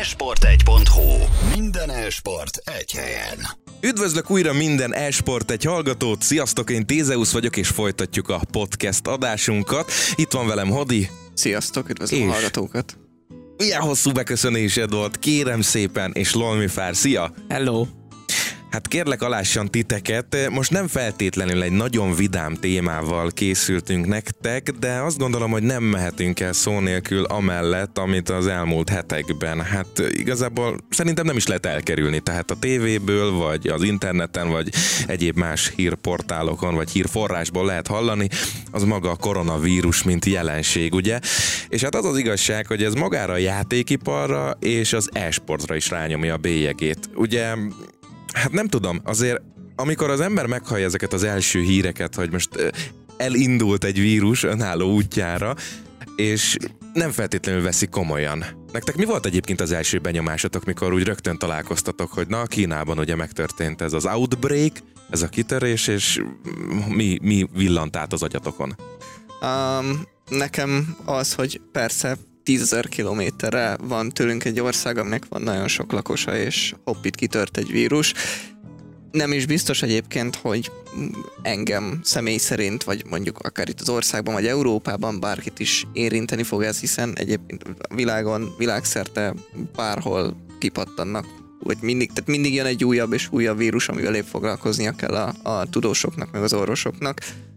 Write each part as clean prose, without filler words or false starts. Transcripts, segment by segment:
e-sport1.hu. Minden e-sport egy helyen. Üdvözlök újra minden e-sport egy hallgatót, sziasztok, én Tézeusz vagyok, és folytatjuk a podcast adásunkat. Itt van velem Hodi. Sziasztok, üdvözlöm a hallgatókat. Ilyen hosszú beköszönésed volt, kérem szépen, és Lolmifár, szia! Hello! Hát kérlek alássan titeket, most nem feltétlenül egy nagyon vidám témával készültünk nektek, de azt gondolom, hogy nem mehetünk el szó nélkül amellett, amit az elmúlt hetekben, hát igazából szerintem nem is lehet elkerülni, tehát a tévéből, vagy az interneten, vagy egyéb más hírportálokon, vagy hírforrásból lehet hallani, az maga a koronavírus, mint jelenség, ugye? És hát az az igazság, hogy ez magára a játékiparra és az e-sportra is rányomja a bélyegét. Ugye... Hát nem tudom, azért amikor az ember meghallja ezeket az első híreket, hogy most elindult egy vírus önálló útjára, és nem feltétlenül veszik komolyan. Nektek mi volt egyébként az első benyomásotok, mikor úgy rögtön találkoztatok, hogy na, Kínában ugye megtörtént ez az outbreak, ez a kitörés, és mi villant át az agyatokon? Nekem az, hogy persze 10 000 kilométerre van tőlünk egy ország, aminek van nagyon sok lakosa, és hopp, itt kitört egy vírus. Nem is biztos egyébként, hogy engem személy szerint, vagy mondjuk akár itt az országban, vagy Európában bárkit is érinteni fog ez, hiszen egyébként a világon, világszerte bárhol kipattannak, vagy mindig jön egy újabb és újabb vírus, amivel épp foglalkoznia kell a tudósoknak, meg az orvosoknak.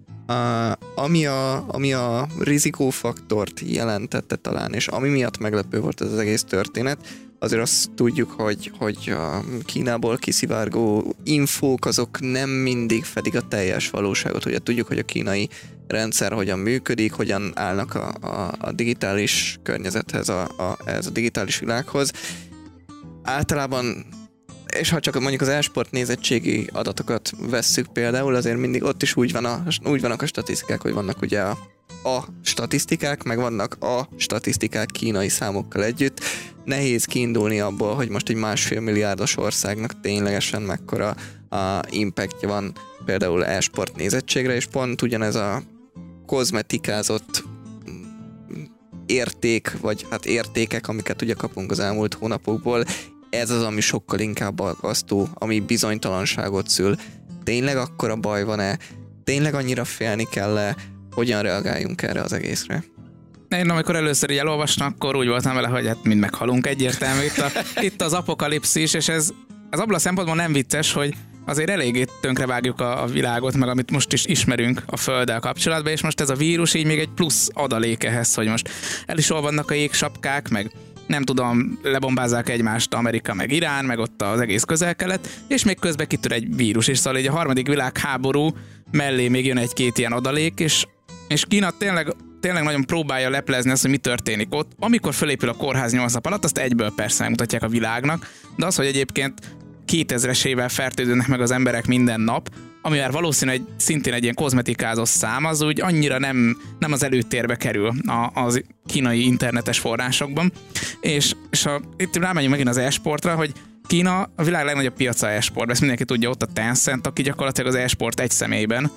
Ami a rizikófaktort jelentette talán, és ami miatt meglepő volt ez az egész történet, azért azt tudjuk, hogy a Kínából kiszivárgó infók azok nem mindig fedik a teljes valóságot. Ugye tudjuk, hogy a kínai rendszer hogyan működik, hogyan állnak a digitális környezethez, ez a digitális világhoz. Általában, és ha csak mondjuk az e-sport nézettségi adatokat vesszük például, azért mindig ott is úgy vannak a statisztikák, hogy vannak ugye a statisztikák, meg vannak a statisztikák kínai számokkal együtt. Nehéz kiindulni abból, hogy most egy 1,5 milliárdos országnak ténylegesen mekkora impactja van például e-sport nézettségre, és pont ugyanez a kozmetikázott érték, vagy hát értékek, amiket ugye kapunk az elmúlt hónapokból, ez az, ami sokkal inkább aggasztó, ami bizonytalanságot szül. Tényleg akkora baj van-e? Tényleg annyira félni kell-e? Hogyan reagáljunk erre az egészre? Én amikor először így elolvastam, akkor úgy voltam vele, hogy hát mind meghalunk egyértelmű. Itt az apokalipszis, és ez abban a szempontból nem vicces, hogy azért eléggé tönkrevágjuk a világot, meg amit most is ismerünk a Földdel kapcsolatban, és most ez a vírus így még egy plusz adalék ehhez, hogy most el is olvadnak a jégsapkák, meg nem tudom, lebombázzák egymást Amerika, meg Irán, meg ott az egész Közel-Kelet, és még közben kitör egy vírus, és szóval így a harmadik világháború mellé még jön egy-két ilyen adalék, és Kína tényleg nagyon próbálja leplezni azt, hogy mi történik ott. Amikor fölépül a kórház 8 nap alatt, azt egyből persze megmutatják a világnak, de az, hogy egyébként 2000-esével fertőződnek meg az emberek minden nap, ami már valószínűleg szintén egy ilyen kozmetikázós szám, az úgy annyira nem az előtérbe kerül az kínai internetes forrásokban. És itt rámegyünk megint az e-sportra, hogy Kína a világ legnagyobb piaca e-sportban, ezt mindenki tudja, ott a Tencent, aki gyakorlatilag az e-sport egy személyben,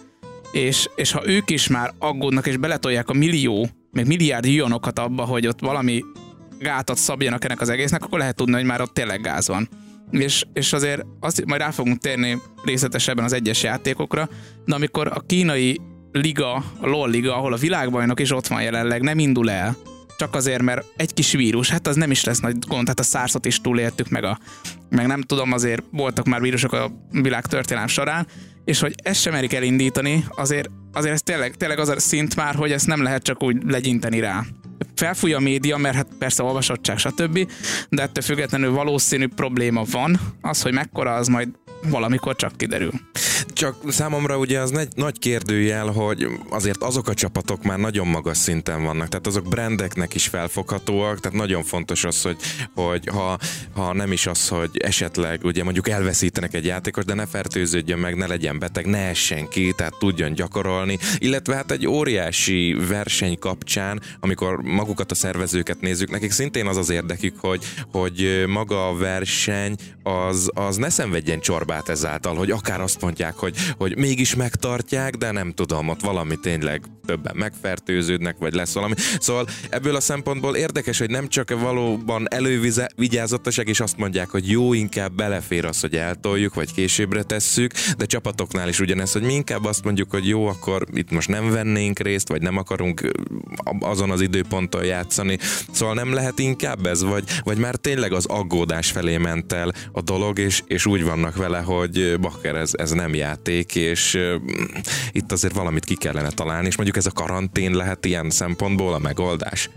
és ha ők is már aggódnak és beletolják a meg milliárd juanokat abba, hogy ott valami gátat szabjanak ennek az egésznek, akkor lehet tudni, hogy már ott tényleg gáz van. És azért azt majd rá fogunk térni részletesebben az egyes játékokra, de amikor a kínai liga, a LoL liga, ahol a világbajnok is ott van jelenleg, nem indul el, csak azért, mert egy kis vírus, hát az nem is lesz nagy gond, hát a SARS-ot is túléltük, meg nem tudom, azért voltak már vírusok a világ történelem során, és hogy ezt sem merik elindítani, azért ez tényleg az a szint már, hogy ezt nem lehet csak úgy legyinteni rá. Felfújja a média, mert hát persze olvasottság, stb., de ettől függetlenül valószínű probléma van, az, hogy mekkora, az majd valamikor csak kiderül. Csak számomra ugye az nagy kérdőjel, hogy azért azok a csapatok már nagyon magas szinten vannak, tehát azok brandeknek is felfoghatóak, tehát nagyon fontos az, hogy ha nem is az, hogy esetleg ugye mondjuk elveszítenek egy játékos, de ne fertőződjön meg, ne legyen beteg, ne essen ki, tehát tudjon gyakorolni, illetve hát egy óriási verseny kapcsán, amikor magukat a szervezőket nézzük, nekik szintén az az érdekük, hogy maga a verseny az ne szenvedjen csorbát ezáltal, hogy akár azt mondják, hogy hogy mégis megtartják, de nem tudom, ott valami tényleg többen megfertőződnek, vagy lesz valami. Szóval ebből a szempontból érdekes, hogy nem csak valóban elővigyázatosság, és azt mondják, hogy jó, inkább belefér az, hogy eltoljuk, vagy későbbre tesszük, de csapatoknál is ugyanez, hogy mi inkább azt mondjuk, hogy jó, akkor itt most nem vennénk részt, vagy nem akarunk azon az időponton játszani. Szóval nem lehet inkább ez, vagy már tényleg az aggódás felé ment el a dolog, és úgy vannak vele, hogy bakker, ez nem játék, és itt azért valamit ki kellene találni, és mondjuk ez a karantén lehet ilyen szempontból a megoldás?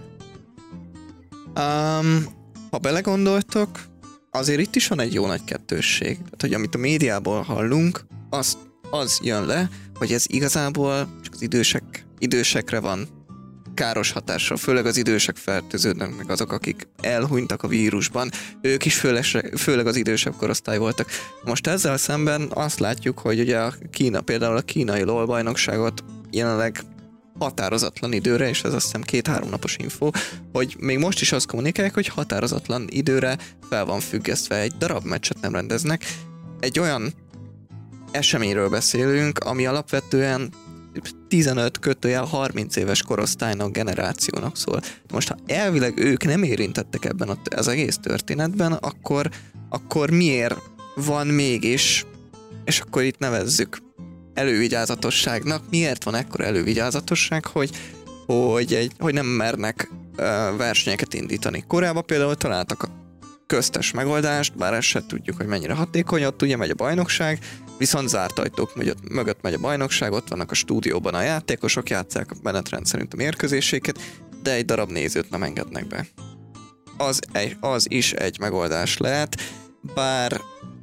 Ha belegondoltok, azért itt is van egy jó nagy kettősség. Tehát, hogy amit a médiából hallunk, az jön le, hogy ez igazából csak az idősekre van káros hatással, főleg az idősek fertőződnek, meg azok, akik elhunytak a vírusban, ők is főleg az idősebb korosztály voltak. Most ezzel szemben azt látjuk, hogy ugye például a kínai LOL-bajnokságot jelenleg határozatlan időre, és ez azt hiszem 2-3 napos info, hogy még most is azt kommunikálják, hogy határozatlan időre fel van függesztve, egy darab meccset nem rendeznek. Egy olyan eseményről beszélünk, ami alapvetően 15-30 éves korosztálynak, generációnak szól. Most ha elvileg ők nem érintettek ebben az egész történetben, akkor miért van mégis, és akkor itt nevezzük elővigyázatosságnak, miért van ekkora elővigyázatosság, hogy nem mernek versenyeket indítani. Korábban például találtak a köztes megoldást, bár ezt se tudjuk, hogy mennyire hatékony, ott ugye megy a bajnokság, viszont zárt ajtók mögött megy a bajnokság, ott vannak a stúdióban a játékosok, játsszák a menetrend szerint a mérkőzéseket, de egy darab nézőt nem engednek be. Az is egy megoldás lehet, bár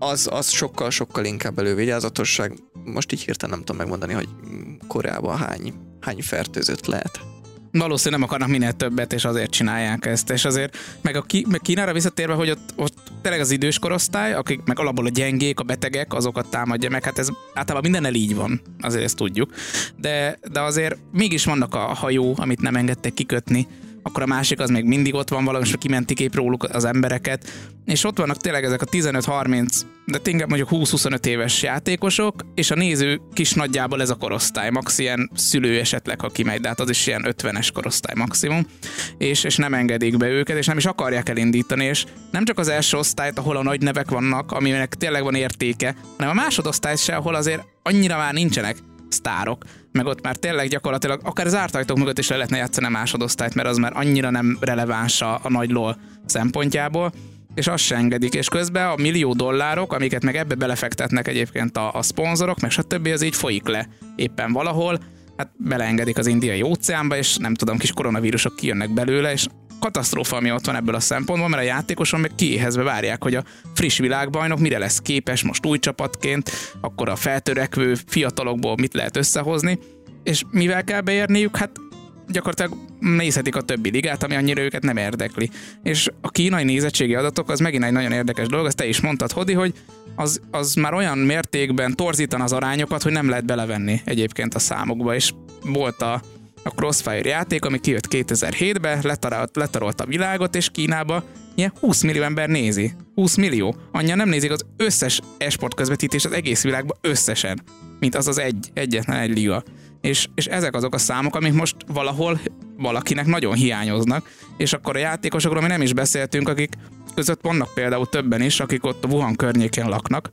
az sokkal inkább elővigyázatosság. Most így hirtelen nem tudom megmondani, hogy Koreában hány fertőzött lehet. Valószínűleg nem akarnak minél többet, és azért csinálják ezt. És azért, meg Kínára visszatérve, hogy ott tényleg az idős korosztály, akik meg alapból a gyengék, a betegek, azokat támadja meg. Hát ez általában mindennel így van, azért ezt tudjuk. De azért mégis vannak a hajó, amit nem engedtek kikötni, akkor a másik az még mindig ott van, valami, és kimentik épp róluk az embereket, és ott vannak tényleg ezek a 15-30, de inkább mondjuk 20-25 éves játékosok, és a néző kis nagyjából ez a korosztály, max ilyen szülő esetleg, ha kimegy, de hát az is ilyen 50-es korosztály maximum, és nem engedik be őket, és nem is akarják elindítani, és nem csak az első osztályt, ahol a nagy nevek vannak, aminek tényleg van értéke, hanem a másodosztály se, ahol azért annyira már nincsenek sztárok, meg ott már tényleg gyakorlatilag akár zárt ajtók mögött is le lehetne játszani a másodosztályt, mert az már annyira nem releváns a nagy LOL szempontjából, és azt se engedik, és közben a $1 millió, amiket meg ebbe belefektetnek egyébként a szponzorok, meg stb. Az így folyik le éppen valahol, hát beleengedik az Indiai óceánba, és nem tudom, kis koronavírusok kijönnek belőle, és katasztrófa, ami ott van ebből a szempontból, mert a játékoson meg kiéhezve várják, hogy a friss világbajnok mire lesz képes most új csapatként, akkor a feltörekvő fiatalokból mit lehet összehozni, és mivel kell beérniük, hát gyakorlatilag nézhetik a többi ligát, ami annyira őket nem érdekli. És a kínai nézettségi adatok az megint egy nagyon érdekes dolog, ezt te is mondtad, Hodi, hogy az már olyan mértékben torzítan az arányokat, hogy nem lehet belevenni egyébként a számokba, és volt a Crossfire játék, ami kijött 2007-ben, letarolta a világot, és Kínába ilyen 20 millió ember nézi. 20 millió. Annyian nem nézik az összes esport közvetítést az egész világban összesen, mint az egyetlen egy liga. És ezek azok a számok, amik most valahol valakinek nagyon hiányoznak, és akkor a játékosokról mi nem is beszéltünk, akik között vannak például többen is, akik ott a Wuhan környékén laknak,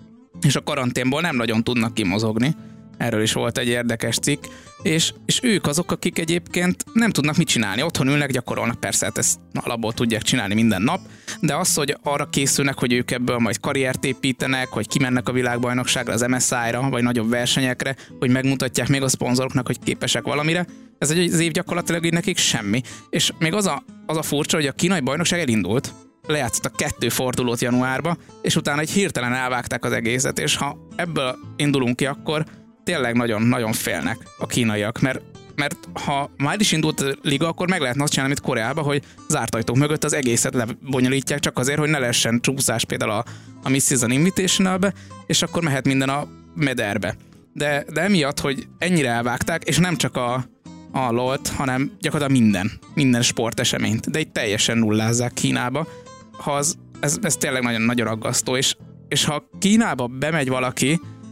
és a karanténból nem nagyon tudnak kimozogni. Erről is volt egy érdekes cikk, és ők azok, akik egyébként nem tudnak mit csinálni. Otthon ülnek, gyakorolnak, persze, hát ezt alapból tudják csinálni minden nap, de az, hogy arra készülnek, hogy ők ebből majd karriert építenek, hogy kimennek a világbajnokságra, az MSI-ra, vagy nagyobb versenyekre, hogy megmutatják még a szponzoroknak, hogy képesek valamire, ez az év gyakorlatilag így nekik semmi. És még az a furcsa, hogy a kínai bajnokság elindult, lejátszottak 2 fordulót januárba, és utána egy hirtelen elvágták az egészet, és ha ebből indulunk ki, akkor tényleg nagyon-nagyon félnek a kínaiak, mert ha már is indult a liga, akkor meg lehetne azt csinálni, mint Koreában, hogy zárt ajtók mögött az egészet lebonyolítják, csak azért, hogy ne lehessen csúszás például a Miss Season Invitational-be, és akkor mehet minden a mederbe. De emiatt, hogy ennyire elvágták, és nem csak a LOL-t, hanem gyakorlatilag minden sporteseményt, de itt teljesen nullázzák Kínába. Ez tényleg nagyon-nagyon aggasztó, és ha Kínába bemegy valaki,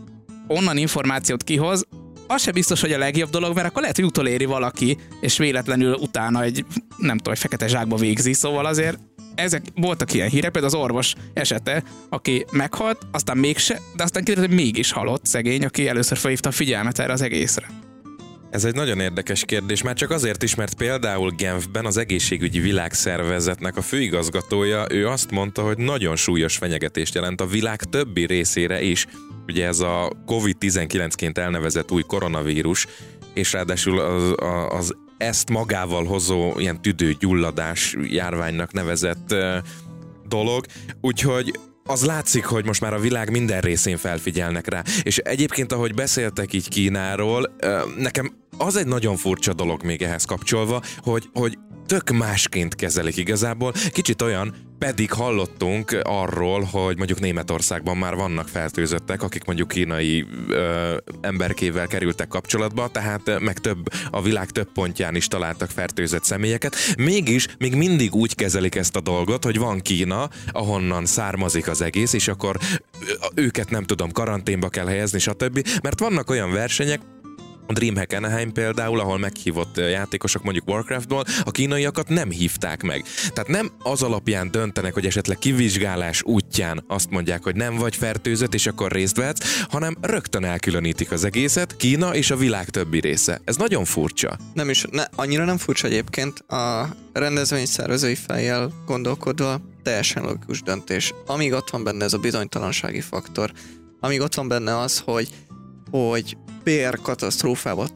onnan információt kihoz, az se biztos, hogy a legjobb dolog, mert akkor lehet, hogy utoléri valaki, és véletlenül utána egy, nem tudom, egy fekete zsákba végzi, szóval azért voltak ilyen hírek, például az orvos esete, aki meghalt, aztán mégse, de aztán kiderült, hogy mégis halott szegény, aki először felhívta a figyelmet erre az egészre. Ez egy nagyon érdekes kérdés, már csak azért is, mert például Genfben az egészségügyi világszervezetnek a főigazgatója, ő azt mondta, hogy nagyon súlyos fenyegetést jelent a világ többi részére is. Ugye ez a COVID-19-ként elnevezett új koronavírus, és ráadásul az ezt magával hozó ilyen tüdőgyulladás járványnak nevezett dolog, úgyhogy az látszik, hogy most már a világ minden részén felfigyelnek rá. És egyébként, ahogy beszéltek így Kínáról, nekem az egy nagyon furcsa dolog még ehhez kapcsolva, hogy tök másként kezelik igazából. Kicsit olyan, pedig hallottunk arról, hogy mondjuk Németországban már vannak fertőzöttek, akik mondjuk kínai emberkével kerültek kapcsolatba, tehát meg a világ több pontján is találtak fertőzött személyeket. Mégis még mindig úgy kezelik ezt a dolgot, hogy van Kína, ahonnan származik az egész, és akkor őket nem tudom, karanténba kell helyezni, stb. Mert vannak olyan versenyek, a DreamHack Anaheim például, ahol meghívott játékosok mondjuk Warcraftból, a kínaiakat nem hívták meg. Tehát nem az alapján döntenek, hogy esetleg kivizsgálás útján azt mondják, hogy nem vagy fertőzött, és akkor részt vehetsz, hanem rögtön elkülönítik az egészet, Kína és a világ többi része. Ez nagyon furcsa. Annyira nem furcsa egyébként, a rendezvény szervezői fejjel gondolkodva teljesen logikus döntés. Amíg ott van benne ez a bizonytalansági faktor, amíg ott van benne az, hogy PR katasztrófába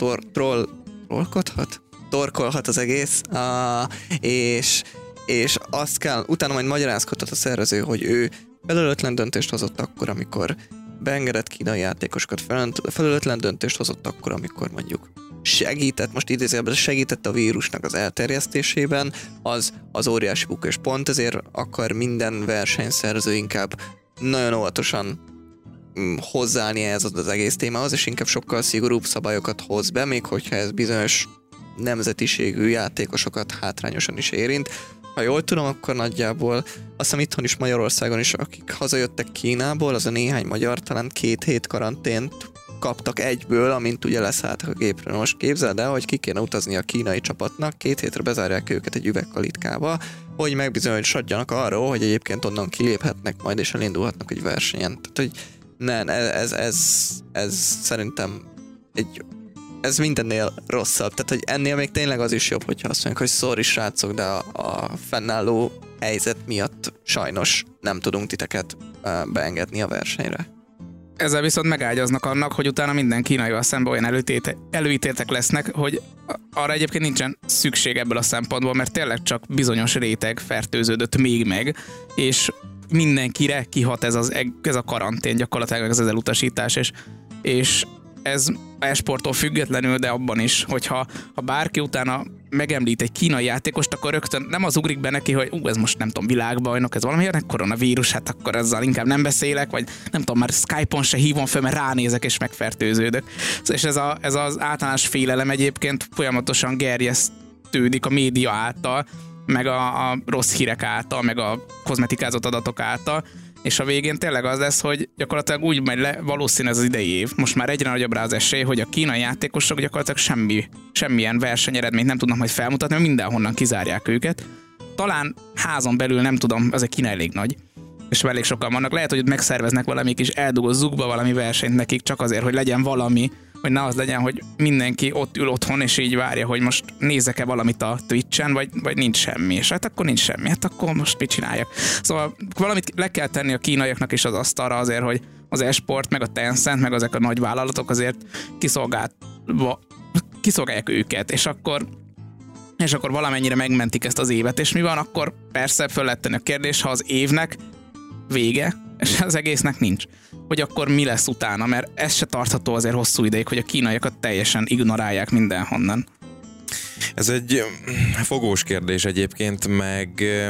torkolhat az egész, és azt kell, utána majd magyarázkodhat a szervező, hogy ő felelőtlen döntést hozott akkor, amikor beengedett kínai játékosokat, felelőtlen döntést hozott akkor, amikor mondjuk segített a vírusnak az elterjesztésében, az óriási bukó, és pont ezért akar minden versenyszerző inkább nagyon óvatosan hozzáállni ez az egész témához, és inkább sokkal szigorúbb szabályokat hoz be, még hogyha ez bizonyos nemzetiségű játékosokat hátrányosan is érint. Ha jól tudom, akkor nagyjából azt hiszem itthon is Magyarországon is, akik hazajöttek Kínából, az a néhány magyar talán 2 hét karantént kaptak egyből, amint ugye leszálltak a gépre. Most képzeld el, hogy ki kéne utazni a kínai csapatnak, 2 hétre bezárják őket egy üvegkalitkába, hogy megbizonyosodjanak arról, hogy egyébként onnan kiléphetnek majd, és elindulhatnak egy versenyen. Tehát, hogy ez szerintem ez mindennél rosszabb. Tehát, hogy ennél még tényleg az is jobb, hogyha azt mondjuk, hogy sorry srácok, de a fennálló helyzet miatt sajnos nem tudunk titeket beengedni a versenyre. Ezzel viszont megágyaznak annak, hogy utána minden kínaival szemben olyan előítéletek lesznek, hogy arra egyébként nincsen szükség ebből a szempontból, mert tényleg csak bizonyos réteg fertőződött még meg, és mindenkire kihat ez a karantén, gyakorlatilag ez az elutasítás, és ez e-sporttól függetlenül, de abban is, hogyha bárki utána megemlít egy kínai játékost, akkor rögtön nem az ugrik be neki, hogy ez most nem tudom, világbajnok, ez valamiért koronavírus, hát akkor ezzel inkább nem beszélek, vagy nem tudom, már Skype-on se hívom fel, mert ránézek és megfertőződök. És ez az általános félelem egyébként folyamatosan gerjesztődik a média által, meg a rossz hírek által, meg a kozmetikázott adatok által, és a végén tényleg az lesz, hogy gyakorlatilag úgy megy le valószínűleg az idei év. Most már egyre nagyobb rá az esély, hogy a kínai játékosok gyakorlatilag semmilyen versenyeredményt nem tudnak majd felmutatni, mert mindenhonnan kizárják őket. Talán házon belül nem tudom, az egy Kína elég nagy, és elég sokan vannak. Lehet, hogy ott megszerveznek valami kis eldugott zugba valami versenyt nekik, csak azért, hogy legyen valami, hogy ne az legyen, hogy mindenki ott ül otthon, és így várja, hogy most nézzek-e valamit a Twitch-en, vagy nincs semmi. És hát akkor nincs semmi, hát akkor most mit csináljak? Szóval valamit le kell tenni a kínaiaknak is az asztalra azért, hogy az e-sport, meg a Tencent, meg ezek a nagy vállalatok azért kiszolgálják őket, és akkor valamennyire megmentik ezt az évet. És mi van, akkor persze föl lehet tenni a kérdés, ha az évnek vége, és az egésznek nincs, hogy akkor mi lesz utána, mert ez se tartható azért hosszú ideig, hogy a kínaiakat teljesen ignorálják mindenhonnan. Ez egy fogós kérdés egyébként, meg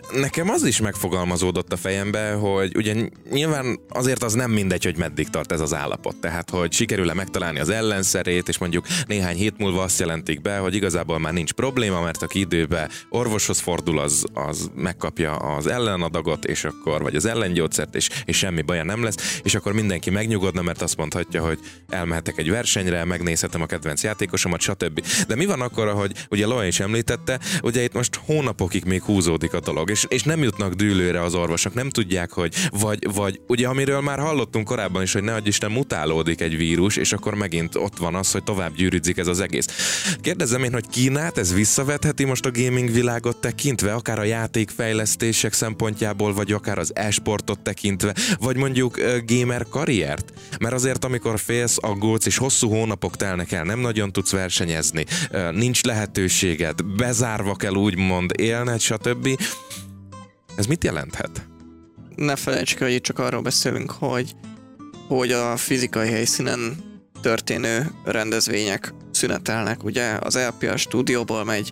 nekem az is megfogalmazódott a fejembe, hogy ugye nyilván azért az nem mindegy, hogy meddig tart ez az állapot. Tehát, hogy sikerül-e megtalálni az ellenszerét, és mondjuk néhány hét múlva azt jelentik be, hogy igazából már nincs probléma, mert aki időben orvoshoz fordul, az megkapja az ellenadagot, és akkor, vagy az ellengyógyszert, és semmi baja nem lesz, és akkor mindenki megnyugodna, mert azt mondhatja, hogy elmehetek egy versenyre, megnézhetem a kedvenc játékosomat, stb. De mi van akkor, hogy ugye Loa is említette, ugye itt most hónapokig még húzódik a dolog, és nem jutnak dűlőre az orvosok, nem tudják, hogy vagy ugye amiről már hallottunk korábban is, hogy nehogy Isten mutálódik egy vírus, és akkor megint ott van az, hogy tovább gyűrűdzik ez az egész. Kérdezzem én, hogy Kínát ez visszavetheti most a gaming világot tekintve, akár a játékfejlesztések szempontjából, vagy akár az e-sportot tekintve, vagy mondjuk gamer karriert? Mert azért, amikor félsz, aggódsz, és hosszú hónapok telnek el, nem nagyon tudsz versenyezni, nincs lehetőséged, bezárva kell úgymond élned, stb. Ez mit jelenthet? Ne felejtsük, hogy itt csak arról beszélünk, hogy a fizikai helyszínen történő rendezvények szünetelnek. Ugye az LPA stúdióból megy,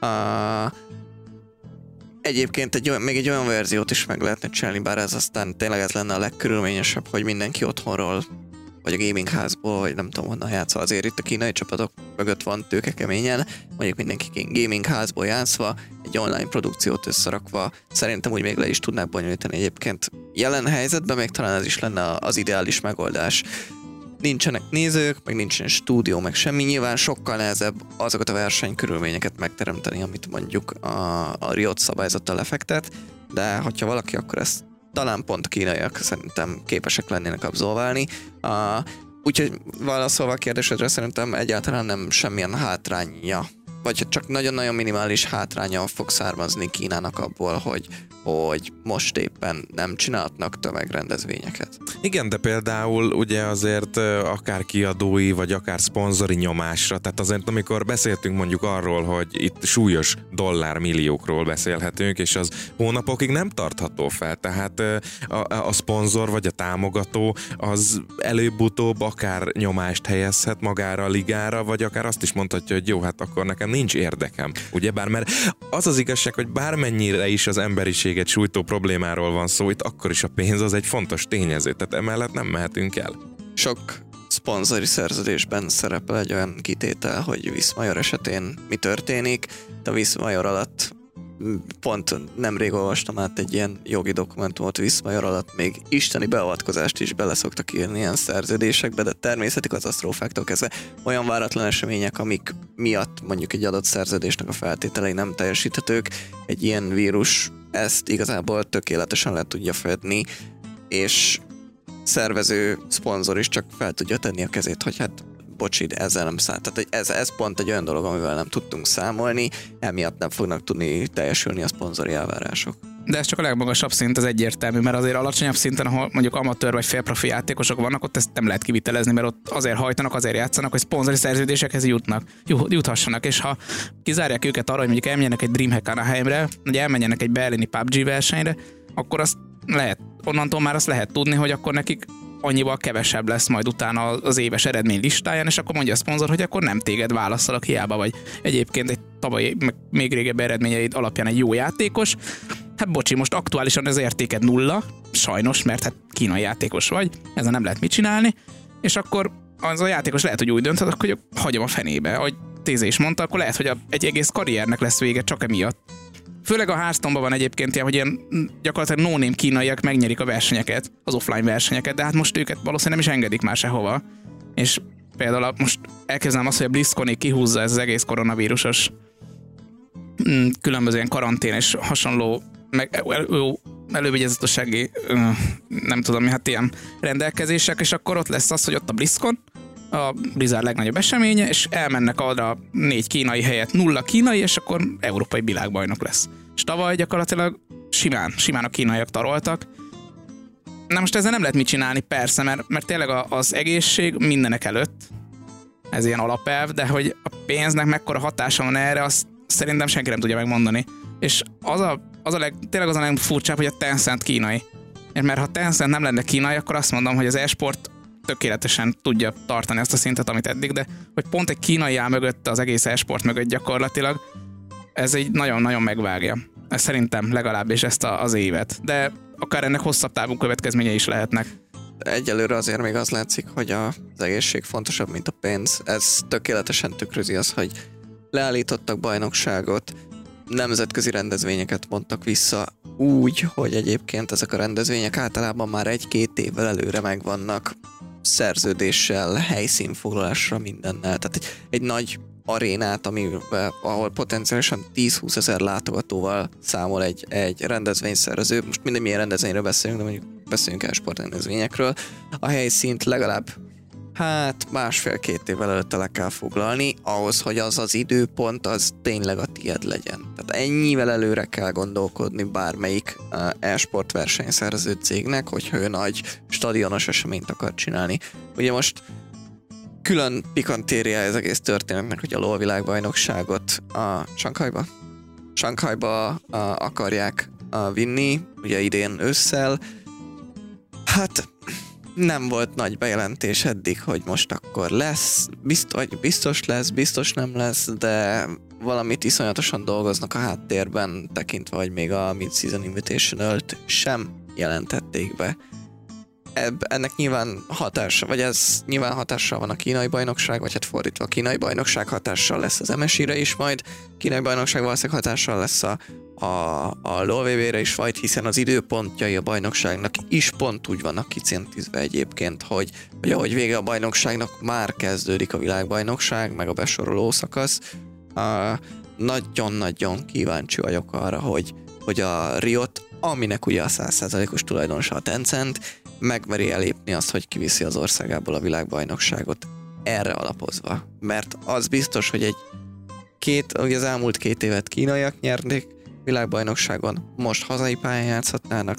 egyébként még egy olyan verziót is meg lehetne csinálni, bár ez aztán tényleg ez lenne a legkörülményesebb, hogy mindenki otthonról, vagy a gaming házból, vagy nem tudom honnan játszva, azért itt a kínai csapatok mögött van tőke keményen, mondjuk mindenki gaming házból játszva, egy online produkciót összerakva, szerintem úgy még le is tudnák bonyolítani egyébként. Jelen helyzetben még talán ez is lenne az ideális megoldás. Nincsenek nézők, meg nincsen stúdió, meg semmi, nyilván sokkal nehezebb azokat a versenykörülményeket megteremteni, amit mondjuk a Riot szabályzattal lefektet, de hogyha valaki, akkor ezt talán pont kínaiak szerintem képesek lennének abszolválni. Úgyhogy válaszolva a kérdésedre, szerintem egyáltalán nem semmilyen hátránya, vagy csak nagyon-nagyon minimális hátránya fog származni Kínának abból, hogy most éppen nem csinálhatnak tömegrendezvényeket. Igen, de például ugye azért akár kiadói, vagy akár szponzori nyomásra, tehát azért amikor beszéltünk mondjuk arról, hogy itt súlyos dollármilliókról beszélhetünk, és az hónapokig nem tartható fel, tehát a szponzor vagy a támogató az előbb-utóbb akár nyomást helyezhet magára a ligára, vagy akár azt is mondhatja, hogy jó, hát akkor nekem nincs érdekem. Ugyebár, mert az az igazság, hogy bármennyire is az emberiséget sújtó problémáról van szó, itt akkor is a pénz az egy fontos tényező, tehát emellett nem mehetünk el. Sok szponzori szerződésben szerepel egy olyan kitétel, hogy Viszmajor esetén mi történik. A Viszmajor alatt pont nemrég olvastam át egy ilyen jogi dokumentumot, Viszmajor alatt még isteni beavatkozást is bele szoktak írni ilyen szerződésekbe, de természeti katasztrófáktól kezdve olyan váratlan események, amik miatt mondjuk egy adott szerződésnek a feltételei nem teljesíthetők, egy ilyen vírus ezt igazából tökéletesen le tudja fedni, és szervező szponzor is csak fel tudja tenni a kezét, hogy hát bocsi, ezzel nem számít. Tehát ez pont egy olyan dolog, amivel nem tudtunk számolni, emiatt nem fognak tudni teljesülni a szponzori elvárások. De ez csak a legmagasabb szint, az egyértelmű, mert azért alacsonyabb szinten, ahol mondjuk amatőr vagy félprofi játékosok vannak, ott ezt nem lehet kivitelezni, mert ott azért hajtanak, azért játszanak, hogy szponzori szerződésekhez juthassanak, és ha kizárják őket arra, hogy mondjuk elmenjenek egy Dreamhack Anaheimre, hogy elmenjenek egy berlini PUBG versenyre, akkor azt lehet, onnantól már azt lehet tudni, hogy akkor nekik annyival kevesebb lesz majd utána az éves eredmény listáján, és akkor mondja a szponzor, hogy akkor nem téged válasszalak, hiába vagy egyébként egy tavalyi, még régebbi eredményeid alapján egy jó játékos. Hát bocsi, most aktuálisan az értéked 0, sajnos, mert hát kínai játékos vagy, ezzel nem lehet mit csinálni, és akkor az a játékos lehet, hogy úgy dönthet, hogy hagyom a fenébe. Ahogy Tézé is mondta, akkor lehet, hogy egy egész karriernek lesz vége csak emiatt. Főleg a Hearthstone-ban van egyébként ilyen, hogy ilyen gyakorlatilag no-name kínaiak megnyerik a versenyeket, az offline versenyeket, de hát most őket valószínűleg nem is engedik már sehova. És például most elképzelem azt, hogy a BlizzConig kihúzza ez az egész koronavírusos különböző ilyen karantén és hasonló elővigyázatossági nem tudom mi, hát ilyen rendelkezések, és akkor ott lesz az, hogy ott a BlizzCon, a Blizzard legnagyobb eseménye, és elmennek arra 4 kínai helyett 0 kínai, és akkor európai világbajnok lesz. És tavaly gyakorlatilag simán a kínaiak taroltak. Na most ezzel nem lehet mit csinálni, persze, mert tényleg az egészség mindenek előtt, ez ilyen alapelv, de hogy a pénznek mekkora hatása van erre, azt szerintem senki nem tudja megmondani. És tényleg az a legfurcsább, hogy a Tencent kínai. Mert ha Tencent nem lenne kínai, akkor azt mondom, hogy az e-sport tökéletesen tudja tartani ezt a szintet, amit eddig, de hogy pont egy kínai áll mögött, az egész e-sport mögött gyakorlatilag, ez így nagyon-nagyon megvágja. Ez szerintem legalábbis ezt az évet. De akár ennek hosszabb távú következményei is lehetnek. Egyelőre azért még az látszik, hogy az egészség fontosabb, mint a pénz. Ez tökéletesen tükrözi az, hogy leállítottak bajnokságot, nemzetközi rendezvényeket mondtak vissza úgy, hogy egyébként ezek a rendezvények általában már 1-2 évvel előre megvannak szerződéssel, helyszínfoglalásra, mindennel. Tehát egy nagy arénát, ahol potenciálisan 10-20 ezer látogatóval számol egy rendezvényszervező. Most minden milyen rendezvényről beszélünk, de mondjuk beszéljünk el sportrendezvényekről. A helyszínt legalább 1,5-2 évvel előtte le kell foglalni, ahhoz, hogy az időpont az tényleg a tied legyen. Tehát ennyivel előre kell gondolkodni bármelyik e-sport versenyszervező cégnek, hogyha ő nagy stadionos eseményt akar csinálni. Ugye most külön pikantéria az egész történetnek, hogy a LoL világbajnokságot a Sanghajba akarják vinni, ugye idén ősszel. Hát nem volt nagy bejelentés eddig, hogy most akkor lesz, biztos lesz, biztos nem lesz, de valamit iszonyatosan dolgoznak a háttérben, tekintve, hogy még a Mid-Season Invitational-t sem jelentették be. Ennek nyilván hatással van a kínai bajnokság, vagy hát fordítva a kínai bajnokság hatással lesz az MSI-re is majd, kínai bajnokság valószínűleg hatással lesz a LoLVB-re is majd, hiszen az időpontjai a bajnokságnak is pont úgy vannak kicintizve egyébként, hogy ahogy vége a bajnokságnak már kezdődik a világbajnokság, meg a besoroló szakasz. Nagyon-nagyon kíváncsi vagyok arra, hogy a Riot, aminek ugye a 100%-os tulajdonosa a Tencent, megmeri elépni azt, hogy kiviszi az országából a világbajnokságot erre alapozva. Mert az biztos, hogy ugye az elmúlt 2 évet kínaiak nyerték világbajnokságon, most hazai pályán játszhatnának.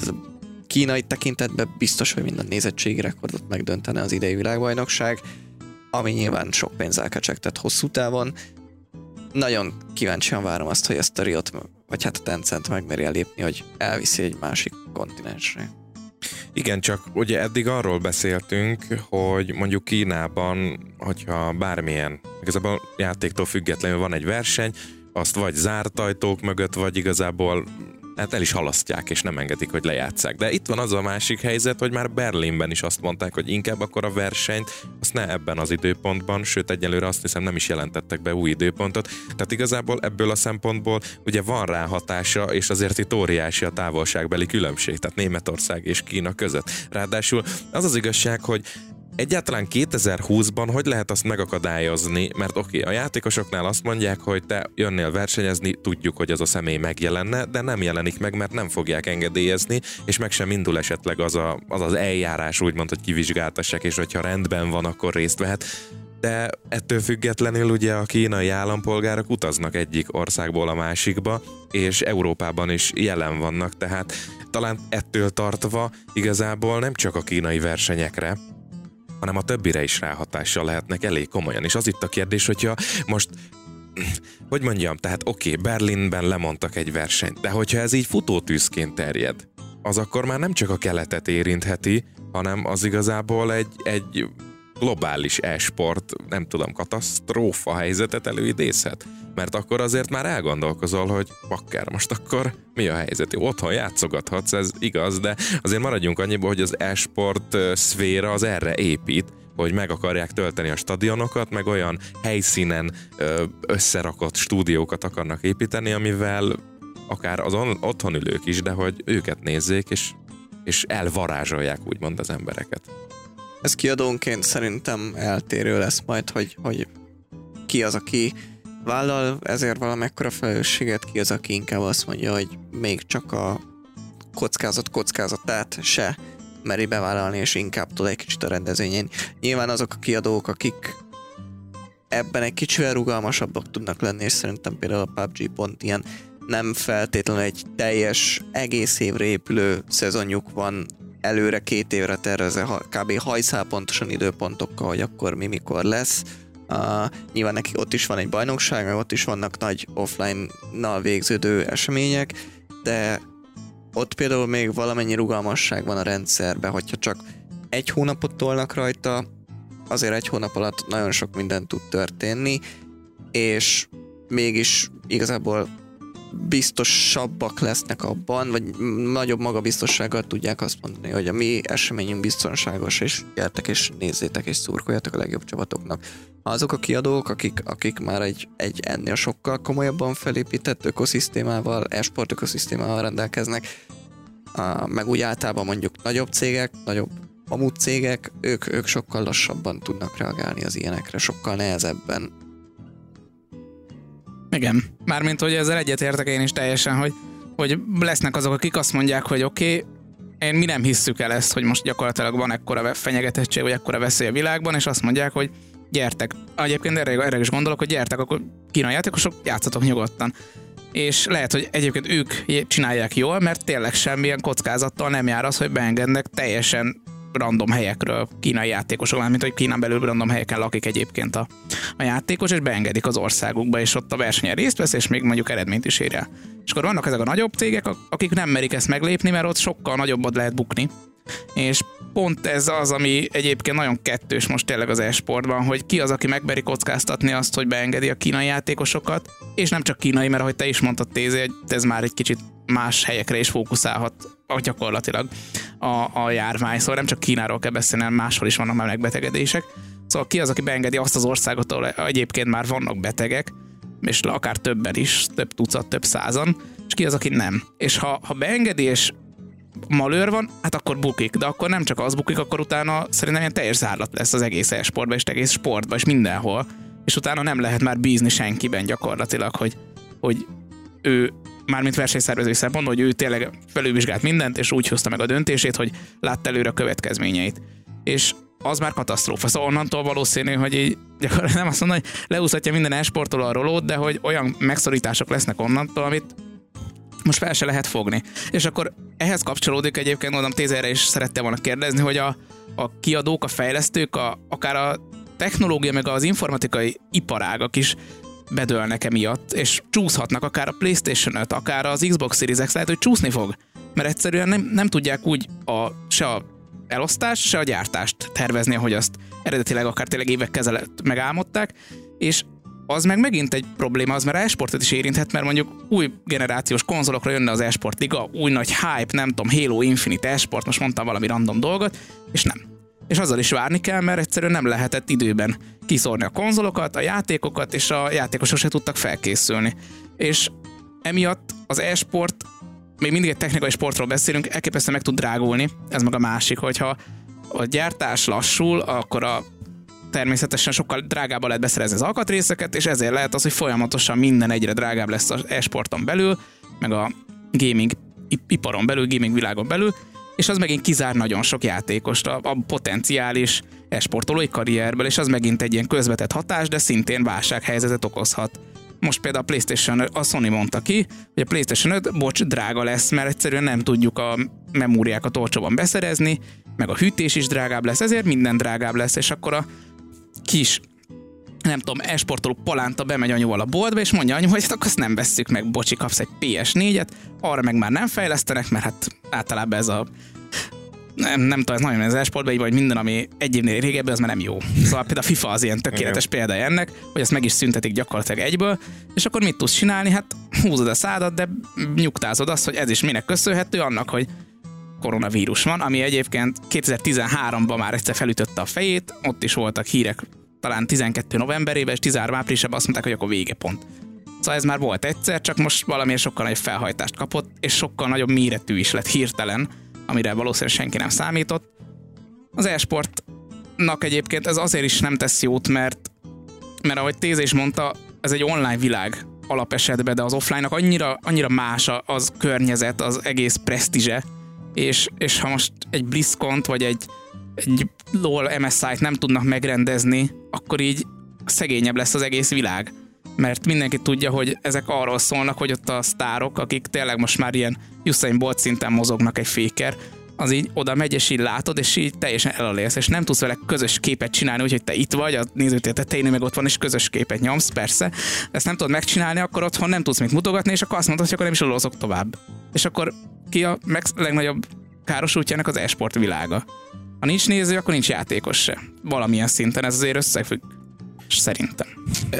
Kínai tekintetben biztos, hogy minden nézettségi rekordot megdöntene az idei világbajnokság, ami nyilván sok pénzzel kecsegtet hosszú távon. Nagyon kíváncsian várom azt, hogy ezt a Riot, vagy hát a Tencent megmeri elépni, hogy elviszi egy másik kontinensre. Igen, csak ugye eddig arról beszéltünk, hogy mondjuk Kínában, hogyha bármilyen, igazából játéktól függetlenül van egy verseny, azt vagy zárt ajtók mögött, vagy igazából hát el is halasztják, és nem engedik, hogy lejátsszák. De itt van az a másik helyzet, hogy már Berlinben is azt mondták, hogy inkább akkor a versenyt, azt ne ebben az időpontban, sőt egyelőre azt hiszem nem is jelentettek be új időpontot. Tehát igazából ebből a szempontból ugye van rá hatása, és azért itt óriási a távolságbeli különbség, tehát Németország és Kína között. Ráadásul az az igazság, hogy egyáltalán 2020-ban hogy lehet azt megakadályozni, mert oké, a játékosoknál azt mondják, hogy te jönnél versenyezni, tudjuk, hogy az a személy megjelenne, de nem jelenik meg, mert nem fogják engedélyezni, és meg sem indul esetleg az eljárás, úgymond, hogy kivizsgáltassák, és hogyha rendben van, akkor részt vehet. De ettől függetlenül ugye a kínai állampolgárok utaznak egyik országból a másikba, és Európában is jelen vannak, tehát talán ettől tartva igazából nem csak a kínai versenyekre, hanem a többire is ráhatással lehetnek elég komolyan. És az itt a kérdés, hogyha most, hogy mondjam, tehát oké, Berlinben lemondtak egy versenyt, de hogyha ez így futótűzként terjed, az akkor már nem csak a keletet érintheti, hanem az igazából egy globális e-sport, nem tudom, katasztrófa helyzetet előidézhet. Mert akkor azért már elgondolkozol, hogy bakker, most akkor mi a helyzet? Jó, otthon játszogathatsz, ez igaz, de azért maradjunk annyiból, hogy az e-sport szféra az erre épít, hogy meg akarják tölteni a stadionokat, meg olyan helyszínen összerakott stúdiókat akarnak építeni, amivel akár az otthon ülők is, de hogy őket nézzék, és elvarázsolják úgymond az embereket. Ez kiadónként szerintem eltérő lesz majd, hogy ki az, aki vállal ezért valamekkora felelősséget, ki az, aki inkább azt mondja, hogy még csak a kockázatát se meri bevállalni, és inkább tud egy kicsit a rendezvényen. Nyilván azok a kiadók, akik ebben egy kicsivel rugalmasabbak tudnak lenni, és szerintem például a PUBG pont ilyen, nem feltétlenül egy teljes, egész évre épülő szezonjuk van, előre 2 évre tervezve, kb. Hajszál pontosan időpontokkal, hogy akkor mi mikor lesz. Nyilván neki ott is van egy bajnokság, meg ott is vannak nagy offline-nal végződő események, de ott például még valamennyi rugalmasság van a rendszerben, hogyha csak 1 hónapot tolnak rajta, azért 1 hónap alatt nagyon sok minden tud történni, és mégis igazából biztosabbak lesznek abban, vagy nagyobb magabiztossággal tudják azt mondani, hogy a mi eseményünk biztonságos, és gyertek és nézzétek és szurkoljatok a legjobb csapatoknak. Azok a kiadók, akik már egy ennél sokkal komolyabban felépített ökoszisztémával, e-sport ökoszisztémával rendelkeznek, meg úgy általában mondjuk nagyobb cégek, nagyobb mamut cégek, ők sokkal lassabban tudnak reagálni az ilyenekre, sokkal nehezebben. Igen, mármint, hogy ezzel egyetértek én is teljesen, hogy lesznek azok, akik azt mondják, hogy oké, mi nem hisszük el ezt, hogy most gyakorlatilag van ekkora fenyegetettség, vagy ekkora veszély a világban, és azt mondják, hogy gyertek. Egyébként erre is gondolok, hogy gyertek, akkor kínai játékosok, játszatok nyugodtan. És lehet, hogy egyébként ők csinálják jól, mert tényleg semmilyen kockázattal nem jár az, hogy beengednek teljesen random helyekről kínai játékosok, mint hogy Kínán belül random helyeken lakik egyébként a játékos, és beengedik az országukba, és ott a versenyen részt vesz, és még mondjuk eredményt is ér el. És akkor vannak ezek a nagyobb cégek, akik nem merik ezt meglépni, mert ott sokkal nagyobbat lehet bukni. És pont ez az, ami egyébként nagyon kettős most tényleg az e-sportban, hogy ki az, aki megberi kockáztatni azt, hogy beengedi a kínai játékosokat, és nem csak kínai, mert ahogy te is mondtad, Tézi, hogy ez már egy kicsit más helyekre is fókuszálhat gyakorlatilag a járvány. Szóval nem csak Kínáról kell beszélni, hanem máshol is vannak már megbetegedések. Szóval ki az, aki beengedi azt az országot, ahol egyébként már vannak betegek, és akár többen is, több tucat, több százan, és ki az, aki nem. És ha beengedi, és malőr van, hát akkor bukik, de akkor nem csak az bukik, akkor utána szerintem ilyen teljes zárlat lesz az egész e-sportban, és egész sportban, és mindenhol. És utána nem lehet már bízni senkiben gyakorlatilag, hogy ő mármint versenyszervezői szempontból, hogy ő tényleg felülvizsgált mindent, és úgy hozta meg a döntését, hogy látta előre a következményeit. És az már katasztrófa. Szóval onnantól valószínű, hogy így gyakorlatilag nem azt mondom, hogy leúszhatja minden e-sportoló a rolót, de hogy olyan megszorítások lesznek onnantól, amit most fel se lehet fogni. És akkor ehhez kapcsolódik egyébként, mondom, Tézerre is szerettem volna kérdezni, hogy a kiadók, a fejlesztők, akár a technológia, meg az informatikai iparágak is bedőlnek emiatt, és csúszhatnak akár a PlayStation 5, akár az Xbox Series X, lehet, hogy csúszni fog. Mert egyszerűen nem tudják úgy se a elosztást, se a gyártást tervezni, ahogy azt eredetileg akár tényleg évekkel ezelőtt megálmodták, és az meg megint egy probléma, az már e-sportot is érinthet, mert mondjuk új generációs konzolokra jönne az e-sport liga, új nagy hype, nem tudom, Halo Infinite e-sport, most mondtam valami random dolgot, és nem. És azzal is várni kell, mert egyszerűen nem lehetett időben kiszórni a konzolokat, a játékokat, és a játékosok se tudtak felkészülni. És emiatt az e-sport, még mindig egy technikai sportról beszélünk, elképesztően meg tud drágulni, ez meg a másik, hogyha a gyártás lassul, akkor természetesen sokkal drágább lehet beszerezni az alkatrészeket, és ezért lehet az, hogy folyamatosan minden egyre drágább lesz az e-sporton belül, meg a gaming iparon belül, gaming világon belül, és az megint kizár nagyon sok játékost a potenciális e-sportolói karrierből, és az megint egy ilyen közvetett hatás, de szintén válsághelyzetet okozhat. Most például a PlayStation 5, a Sony mondta ki, hogy a PlayStation 5, drága lesz, mert egyszerűen nem tudjuk a memóriákat olcsóban beszerezni, meg a hűtés is drágább lesz, ezért minden drágább lesz, és akkor a kis, nem tudom, e-sportoló palánta bemegy anyuval a boltba, és mondja anyu, hogy hát akkor azt nem vesszük meg, bocsi, kapsz egy PS4-et, arra meg már nem fejlesztenek, mert hát általában ez a nem tudom, ez nagyon az e-sportban, vagy minden, ami egy évnél régebben, az már nem jó. Szóval például a FIFA az ilyen tökéletes példája ennek, hogy ezt meg is szüntetik gyakorlatilag egyből, és akkor mit tudsz csinálni? Hát húzod a szádat, de nyugtázod azt, hogy ez is minek köszönhető, annak, hogy koronavírus van, ami egyébként 2013-ban már egyszer felütötte a fejét, ott is voltak hírek, talán 12 novemberében és 13 áprilisában azt mondták, hogy akkor vége pont. Szóval ez már volt egyszer, csak most valamilyen sokkal nagyobb felhajtást kapott, és sokkal nagyobb méretű is lett hirtelen, amire valószínűleg senki nem számított. Az e-sportnak egyébként ez azért is nem tesz jót, mert ahogy Téze is mondta, ez egy online világ alapesetben, de az offline-nak annyira más az környezet, az egész presztízse, és ha most egy BlizzCont vagy egy LoL MSI-t nem tudnak megrendezni, akkor így szegényebb lesz az egész világ. Mert mindenki tudja, hogy ezek arról szólnak, hogy ott a sztárok, akik tényleg most már ilyen Usain Bolt szinten mozognak egy féker, az így oda megy, és így látod, és így teljesen elalélsz, és nem tudsz vele közös képet csinálni, úgyhogy te itt vagy, a nézőtér tetején meg ott van, és közös képet nyomsz, persze. Ezt nem tudod megcsinálni, akkor otthon nem tudsz mit mutogatni, és akkor azt mondod, hogy akkor nem is lolozok tovább. És akkor ki a legnagyobb károsultjának az e-sport világa. Ha nincs néző, akkor nincs játékos se. Valamilyen szinten ez azért összefügg. Szerintem.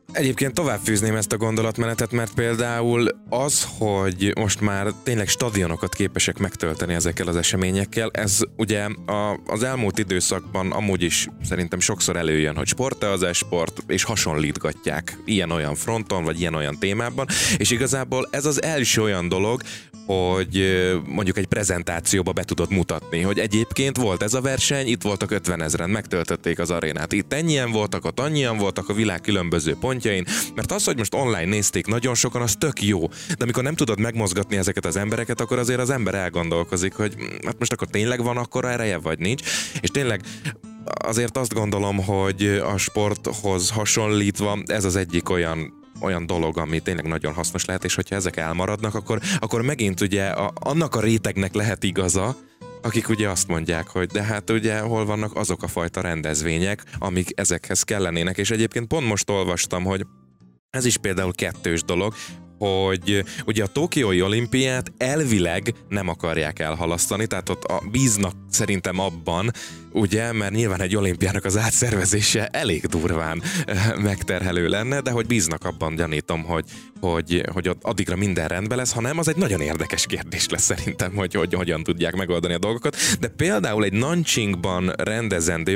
Egyébként továbbfűzném ezt a gondolatmenetet, mert például az, hogy most már tényleg stadionokat képesek megtölteni ezekkel az eseményekkel, ez ugye az elmúlt időszakban amúgy is szerintem sokszor előjön, hogy sport-e az e-sport, és hasonlítgatják ilyen-olyan fronton, vagy ilyen-olyan témában, és igazából ez az első olyan dolog, hogy mondjuk egy prezentációba be tudod mutatni, hogy egyébként volt ez a verseny, itt voltak 50 000-en, megtöltötték az arénát, itt ennyien voltak, ott annyian voltak a világ különböző pontjain, mert az, hogy most online nézték nagyon sokan, az tök jó, de amikor nem tudod megmozgatni ezeket az embereket, akkor azért az ember elgondolkozik, hogy hát most akkor tényleg van akkora ereje, vagy nincs, és tényleg azért azt gondolom, hogy a sporthoz hasonlítva ez az egyik olyan dolog, ami tényleg nagyon hasznos lehet, és hogyha ezek elmaradnak, akkor megint ugye annak a rétegnek lehet igaza, akik ugye azt mondják, hogy de hát ugye hol vannak azok a fajta rendezvények, amik ezekhez kellenének, és egyébként pont most olvastam, hogy ez is például kettős dolog, hogy ugye a Tokiói olimpiát elvileg nem akarják elhalasztani, tehát ott bíznak szerintem abban, ugye, mert nyilván egy olimpiának az átszervezése elég durván megterhelő lenne, de hogy bíznak abban, gyanítom, hogy ott addigra minden rendben lesz, ha nem, az egy nagyon érdekes kérdés lesz szerintem, hogy hogyan tudják megoldani a dolgokat. De például egy Nanjingban rendezendő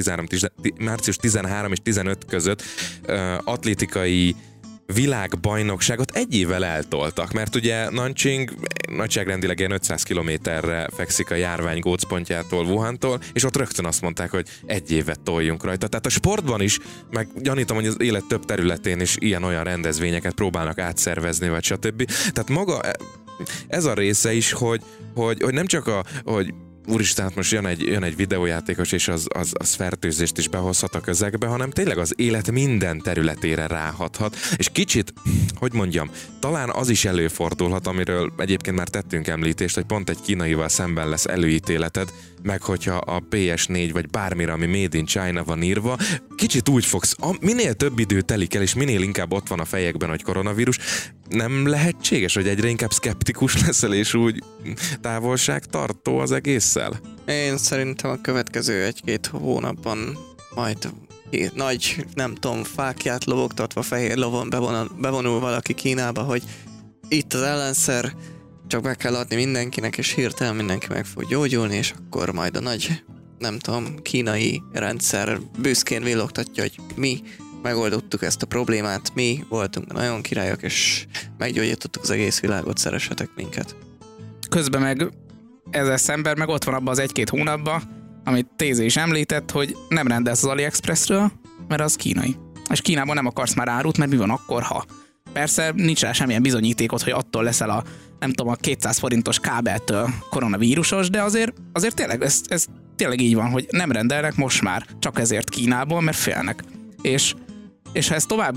március 13 és 15 között atlétikai világbajnokságot egy évvel eltoltak, mert ugye Nanjing nagyságrendileg ilyen 500 kilométerre fekszik a járvány gócpontjától, Wuhantól, és ott rögtön azt mondták, hogy egy évet toljunk rajta. Tehát a sportban is, meg gyanítom, hogy az élet több területén is ilyen-olyan rendezvényeket próbálnak átszervezni, vagy stb. Tehát maga ez a része is, hogy nem csak hogy úristen, hát most jön egy videójátékos, és az fertőzést is behozhat a közegbe, hanem tényleg az élet minden területére ráhathat. És kicsit, hogy mondjam, talán az is előfordulhat, amiről egyébként már tettünk említést, hogy pont egy kínaival szemben lesz előítéleted, meg hogyha a PS4 vagy bármire, ami Made in China van írva, kicsit úgy fogsz, minél több idő telik el, és minél inkább ott van a fejekben, hogy koronavírus, nem lehetséges, hogy egyre inkább szkeptikus leszel, és úgy távolságtartó az egésszel? Én szerintem a következő 1-2 hónapban majd nagy, nem tudom, fákját lovogtatva fehér lovon bevonul valaki Kínába, hogy itt az ellenszer, csak be kell adni mindenkinek, és hirtelen mindenki meg fog gyógyulni, és akkor majd a nagy, nem tudom, kínai rendszer büszkén villogtatja, hogy mi megoldottuk ezt a problémát, mi voltunk nagyon királyok, és meggyógyítottuk az egész világot, szeressetek minket. Közben meg ezzel szemben meg ott van abban az 1-2 hónapban, amit Tézé is említett, hogy nem rendelsz az AliExpressről, mert az kínai. És Kínában nem akarsz már árut, mert mi van akkor, ha? Persze nincs rá semmilyen bizonyítékot, hogy attól leszel a, nem tudom, a 200 forintos kábeltől koronavírusos, de azért tényleg ez tényleg így van, hogy nem rendelnek most már csak ezért Kínából, mert félnek. És ha ez tovább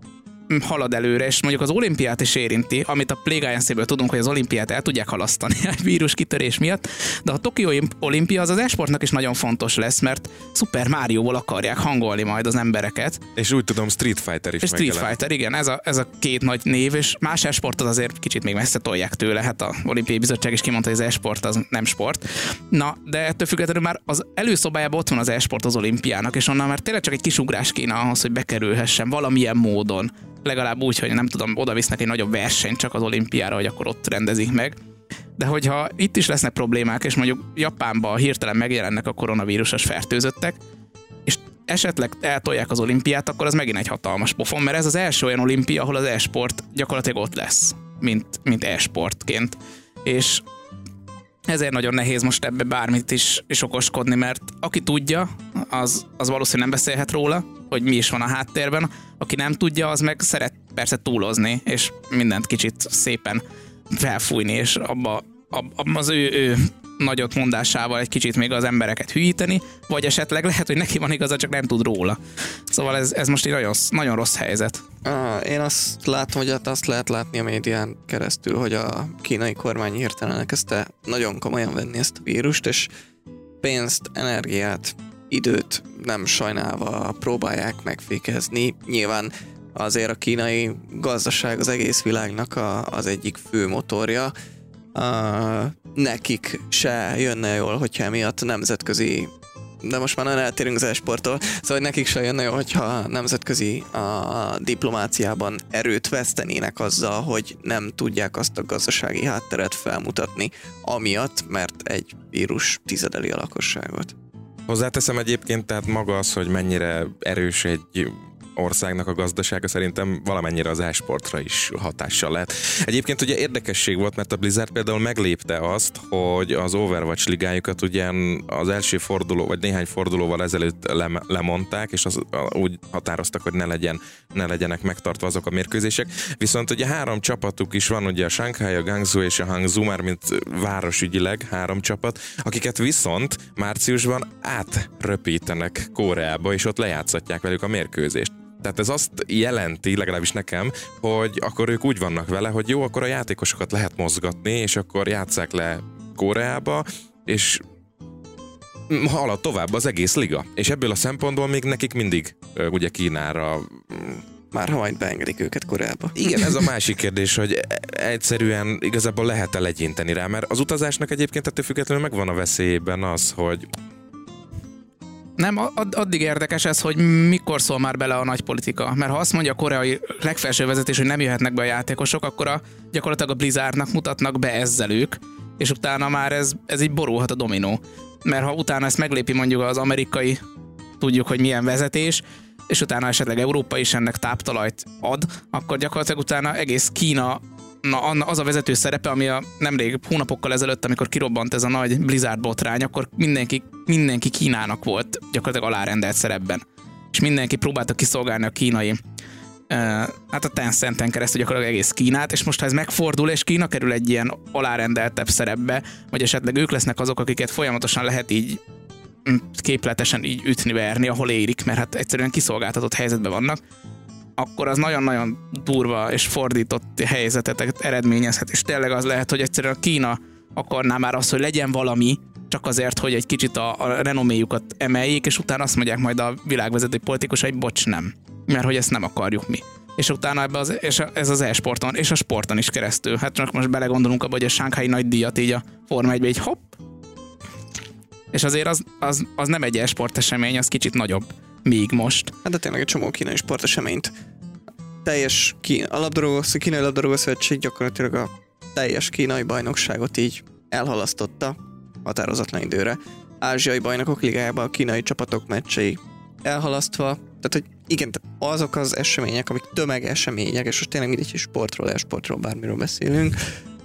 halad előre, és mondjuk az olimpiát is érinti, amit a Plague Alliance-ből tudunk, hogy az olimpiát el tudják halasztani egy vírus kitörés miatt, de a Tokiói olimpia az e-sportnak is nagyon fontos lesz, mert Super Mario-ból akarják hangolni majd az embereket. És úgy tudom, Street Fighter is Street Fighter, igen, ez a két nagy név, és más e-sportot azért kicsit még messze tolják tőle, hát a Olimpiai Bizottság is kimondta, hogy az e-sport az nem sport. Na, de ettől függetlenül már az előszobájában ott van az e-sport az olimpiának, és onnan már tényleg csak egy kis ugrás kéne ahhoz, hogy bekerülhessen valamilyen módon. Legalább úgy, hogy nem tudom, oda visznek egy nagyobb versenyt csak az olimpiára, hogy akkor ott rendezik meg. De hogyha itt is lesznek problémák, és mondjuk Japánban hirtelen megjelennek a koronavírusos fertőzöttek, és esetleg eltolják az olimpiát, akkor az megint egy hatalmas pofon, mert ez az első olyan olimpia, ahol az e-sport gyakorlatilag ott lesz, mint e-sportként. És ezért nagyon nehéz most ebbe bármit is okoskodni, mert aki tudja, az valószínűleg nem beszélhet róla, hogy mi is van a háttérben. Aki nem tudja, az meg szeret persze túlozni, és mindent kicsit szépen felfújni, és abba az ő nagyot mondásával egy kicsit még az embereket hülyíteni, vagy esetleg lehet, hogy neki van igaza, csak nem tud róla. Szóval ez most egy nagyon, nagyon rossz helyzet. Én azt látom, hogy azt lehet látni a médián keresztül, hogy a kínai kormány hirtelen elkezdte nagyon komolyan venni ezt a vírust, és pénzt, energiát, időt nem sajnálva próbálják megfékezni. Nyilván azért a kínai gazdaság az egész világnak az egyik fő motorja. Nekik se jönne jól, hogyha emiatt nemzetközi de most már nagyon eltérünk az e-sporttól, szóval nekik se jönne jó, hogyha nemzetközi a diplomáciában erőt vesztenének azzal, hogy nem tudják azt a gazdasági hátteret felmutatni, amiatt, mert egy vírus tizedeli a lakosságot. Hozzáteszem egyébként, tehát maga az, hogy mennyire erős egy országnak a gazdasága, szerintem valamennyire az e-sportra is hatással lehet. Egyébként ugye érdekesség volt, mert a Blizzard például meglépte azt, hogy az Overwatch ligájukat ugyan az első forduló, vagy néhány fordulóval ezelőtt lemondták, és úgy határoztak, hogy ne legyenek megtartva azok a mérkőzések. Viszont ugye 3 csapatuk is van, ugye a Shanghai, a Guangzhou és a Hangzhou, már mint városügyileg 3 csapat, akiket viszont márciusban átröpítenek Koreába, és ott lejátszatják velük a mérkőzést. Tehát ez azt jelenti, legalábbis nekem, hogy akkor ők úgy vannak vele, hogy jó, akkor a játékosokat lehet mozgatni, és akkor játsszák le Koreába, és halad tovább az egész liga. És ebből a szempontból még nekik mindig ugye Kínára... Már ha majd beengedik őket Koreába. Igen, ez a másik kérdés, hogy egyszerűen igazából lehet-e legyinteni rá, mert az utazásnak egyébként ettől függetlenül megvan a veszélyében az, hogy nem, addig érdekes ez, hogy mikor szól már bele a nagy politika. Mert ha azt mondja a koreai legfelső vezetés, hogy nem jöhetnek be a játékosok, akkor gyakorlatilag a Blizzardnak mutatnak be ezzel ők, és utána már ez így borulhat a dominó. Mert ha utána ezt meglépi mondjuk az amerikai, tudjuk, hogy milyen vezetés, és utána esetleg Európa is ennek táptalajt ad, akkor gyakorlatilag utána egész Kína az a vezető szerepe, ami nemrég hónapokkal ezelőtt, amikor kirobbant ez a nagy Blizzard botrány, akkor mindenki Kínának volt gyakorlatilag alárendelt szerepben. És mindenki próbálta kiszolgálni a kínai, hát a Tencenten keresztül gyakorlatilag egész Kínát, és most ha ez megfordul, és Kína kerül egy ilyen alárendeltebb szerepbe, vagy esetleg ők lesznek azok, akiket folyamatosan lehet így képletesen így ütni-verni, ahol érik, mert hát egyszerűen kiszolgáltatott helyzetben vannak, akkor az nagyon-nagyon durva és fordított helyzetet eredményezhet, és tényleg az lehet, hogy egyszerűen a Kína akarná már azt, hogy legyen valami, csak azért, hogy egy kicsit a renoméjukat emeljék, és utána azt mondják majd a világvezető politikusai, bocs, nem, mert hogy ezt nem akarjuk mi. És utána ez az e-sporton, és a sporton is keresztül. Hát csak most belegondolunk abba, hogy a Shanghai nagy díjat így a Forma 1-be így hopp, és azért az nem egy e-sport esemény, az kicsit nagyobb. Még most. Hát de tényleg egy csomó kínai sporteseményt. Teljes kínai labdarúgó szövetség gyakorlatilag a teljes kínai bajnokságot így elhalasztotta határozatlan időre. Ázsiai bajnokok ligájában a kínai csapatok meccsei elhalasztva. Tehát, hogy igen, azok az események, amik tömegesemények, és most tényleg mindegy sportról, e-sportról, bármiről beszélünk,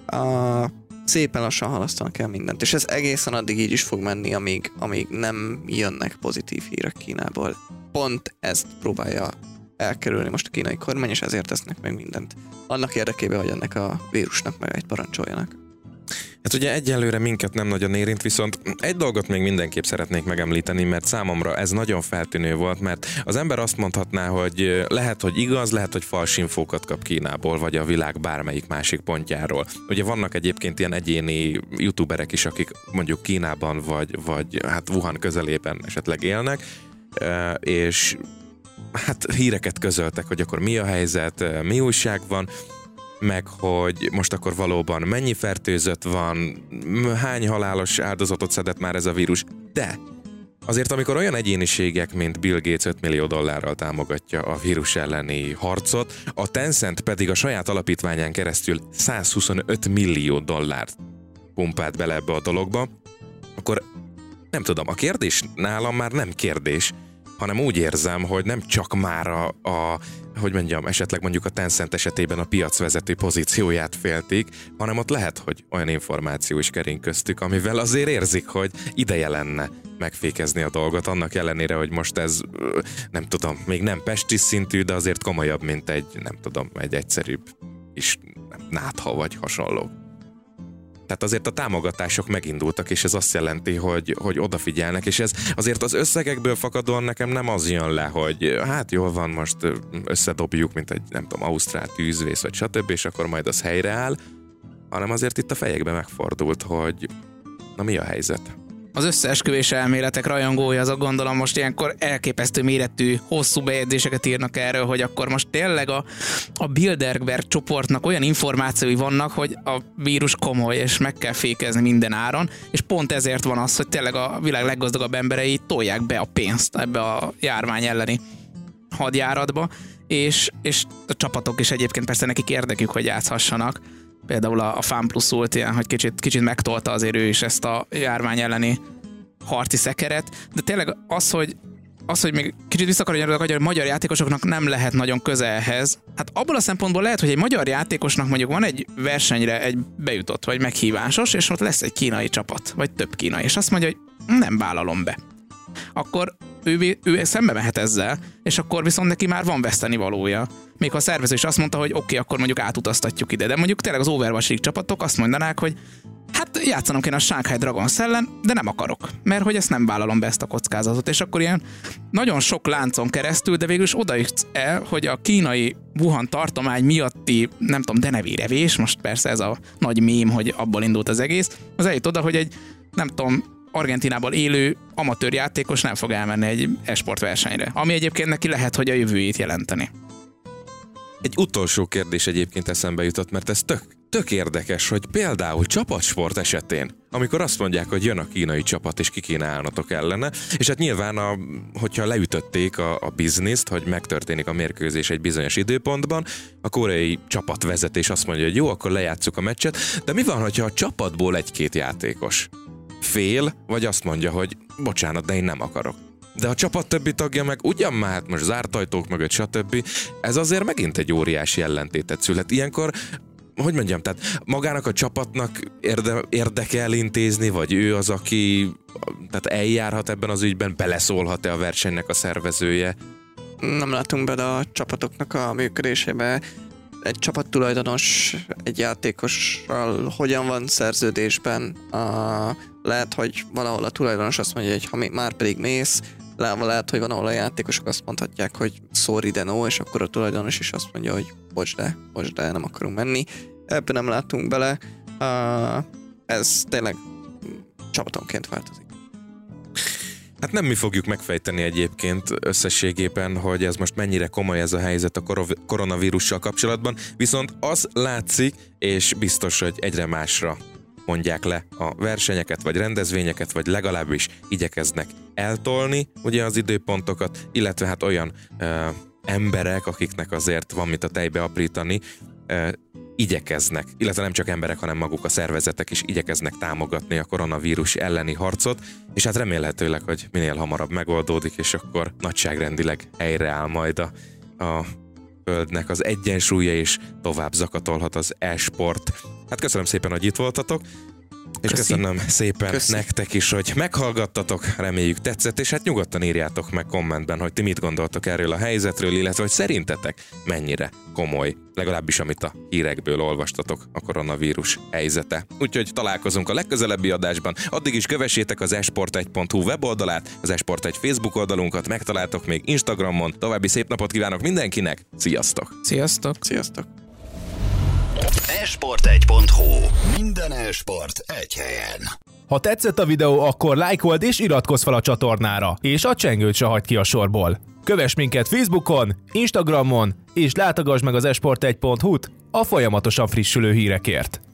szépen lassan halasztanak el mindent. És ez egészen addig így is fog menni, amíg nem jönnek pozitív hírek Kínából. Pont ezt próbálja elkerülni most a kínai kormány, és ezért tesznek meg mindent. Annak érdekében, hogy ennek a vírusnak meg egy parancsoljanak. Hát ugye egyelőre minket nem nagyon érint, viszont egy dolgot még mindenképp szeretnék megemlíteni, mert számomra ez nagyon feltűnő volt, mert az ember azt mondhatná, hogy lehet, hogy igaz, lehet, hogy fals infókat kap Kínából, vagy a világ bármelyik másik pontjáról. Ugye vannak egyébként ilyen egyéni youtuberek is, akik mondjuk Kínában, vagy hát Wuhan közelében esetleg élnek, és hát híreket közöltek, hogy akkor mi a helyzet, mi újság van, meg hogy most akkor valóban mennyi fertőzött van, hány halálos áldozatot szedett már ez a vírus, de azért amikor olyan egyéniségek, mint Bill Gates $5 millió támogatja a vírus elleni harcot, a Tencent pedig a saját alapítványán keresztül $125 millió pumpált bele ebbe a dologba, akkor nem tudom, a kérdés nálam már nem kérdés, hanem úgy érzem, hogy nem csak már hogy mondjam, esetleg mondjuk a Tencent esetében a piacvezető pozícióját félték, hanem ott lehet, hogy olyan információ is kering köztük, amivel azért érzik, hogy ideje lenne megfékezni a dolgot, annak ellenére, hogy most ez, nem tudom, még nem pestis szintű, de azért komolyabb, mint egy egyszerűbb is nátha vagy hasonló. Tehát azért a támogatások megindultak, és ez azt jelenti, hogy odafigyelnek, és ez azért az összegekből fakadóan nekem nem az jön le, hogy hát jól van, most összedobjuk, mint egy, nem tudom, ausztrál tűzvész, vagy stb., és akkor majd az helyreáll, hanem azért itt a fejekben megfordult, hogy na mi a helyzet? az összeesküvés elméletek rajongói, azok gondolom most ilyenkor elképesztő méretű, hosszú bejegyzéseket írnak erről, hogy akkor most tényleg a Bilderberg csoportnak olyan információi vannak, hogy a vírus komoly, és meg kell fékezni minden áron, és pont ezért van az, hogy tényleg a világ leggazdagabb emberei tolják be a pénzt ebbe a járvány elleni hadjáratba, és a csapatok is egyébként persze nekik érdekük, hogy játszhassanak. Például a FunPlus Ult ilyen, hogy kicsit megtolta azért ő is ezt a járvány elleni harci szekeret, de tényleg az, hogy még kicsit visszakaroljuk, hogy a magyar játékosoknak nem lehet nagyon közel ehhez. Hát abból a szempontból lehet, hogy egy magyar játékosnak mondjuk van egy versenyre egy bejutott, vagy meghívásos, és ott lesz egy kínai csapat, vagy több kínai, és azt mondja, hogy nem vállalom be. Akkor ő szembe mehet ezzel, és akkor viszont neki már van vesztenivalója. Még ha a szervező is azt mondta, hogy oké, akkor mondjuk átutaztatjuk ide, de mondjuk tényleg az Overwatch League csapatok azt mondanák, hogy hát játszanom kéne a Shanghai Dragons ellen, de nem akarok, mert hogy ezt nem vállalom be ezt a kockázatot, és akkor ilyen nagyon sok láncon keresztül, de végül is oda jutsz el, hogy a kínai Wuhan tartomány miatti, nem tudom, denevérevés, most persze ez a nagy mém, hogy abból indult az egész, az eljut oda, hogy egy, nem tudom, Argentínából élő amatőr játékos nem fog elmenni egy e-sport versenyre, ami egyébként neki lehet, hogy a jövőjét jelenteni. Egy utolsó kérdés egyébként eszembe jutott, mert ez tök érdekes, hogy például csapatsport esetén, amikor azt mondják, hogy jön a kínai csapat, és ki kéne állnatok ellene, és hát nyilván, hogyha leütötték a bizniszt, hogy megtörténik a mérkőzés egy bizonyos időpontban, a koreai csapatvezetés azt mondja, hogy jó, akkor lejátsszuk a meccset, de mi van, hogyha a csapatból egy-két játékos fél, vagy azt mondja, hogy bocsánat, de én nem akarok. De a csapat többi tagja meg ugyan már, hát most zárt ajtók mögött, stb. Ez azért megint egy óriási ellentétet szület. Ilyenkor, hogy mondjam, tehát magának a csapatnak érdeke elintézni, vagy ő az, aki tehát eljárhat ebben az ügyben, beleszólhat-e a versenynek a szervezője? Nem látunk bele a csapatoknak a működésébe. Egy csapattulajdonos egy játékossal hogyan van szerződésben, lehet, hogy valahol a tulajdonos azt mondja, hogy ha már pedig mész, lehet, hogy van, ahol a játékosok azt mondhatják, hogy sorry de no, és akkor a tulajdonos is azt mondja, hogy bocs de, nem akarunk menni. Ebben nem látunk bele. Ez tényleg csapatonként változik. Hát nem mi fogjuk megfejteni egyébként összességében, hogy ez most mennyire komoly ez a helyzet a koronavírussal kapcsolatban, viszont az látszik, és biztos, hogy egyre másra mondják le a versenyeket, vagy rendezvényeket, vagy legalábbis igyekeznek eltolni ugye az időpontokat, illetve hát olyan emberek, akiknek azért van mit a tejbe aprítani, igyekeznek, illetve nem csak emberek, hanem maguk a szervezetek is igyekeznek támogatni a koronavírus elleni harcot, és hát remélhetőleg, hogy minél hamarabb megoldódik, és akkor nagyságrendileg helyreáll majd a földnek az egyensúlya, és tovább zakatolhat az e-sport. Hát köszönöm szépen, hogy itt voltatok, és köszönöm szépen nektek is, hogy meghallgattatok, reméljük tetszett, és hát nyugodtan írjátok meg kommentben, hogy ti mit gondoltok erről a helyzetről, illetve hogy szerintetek mennyire komoly, legalábbis amit a hírekből olvastatok, a koronavírus helyzete. Úgyhogy találkozunk a legközelebbi adásban, addig is kövessétek az esport1.hu weboldalát, az Esport1 Facebook oldalunkat, megtaláltok még Instagramon, további szép napot kívánok mindenkinek, sziasztok! Sziasztok! Sziasztok! Esport1.hu. Minden e-sport egy helyen. Ha tetszett a videó, akkor lájkold és iratkozz fel a csatornára, és a csengőt se hagyd ki a sorból. Kövess minket Facebookon, Instagramon, és látogass meg az esport1.hu-t a folyamatosan frissülő hírekért.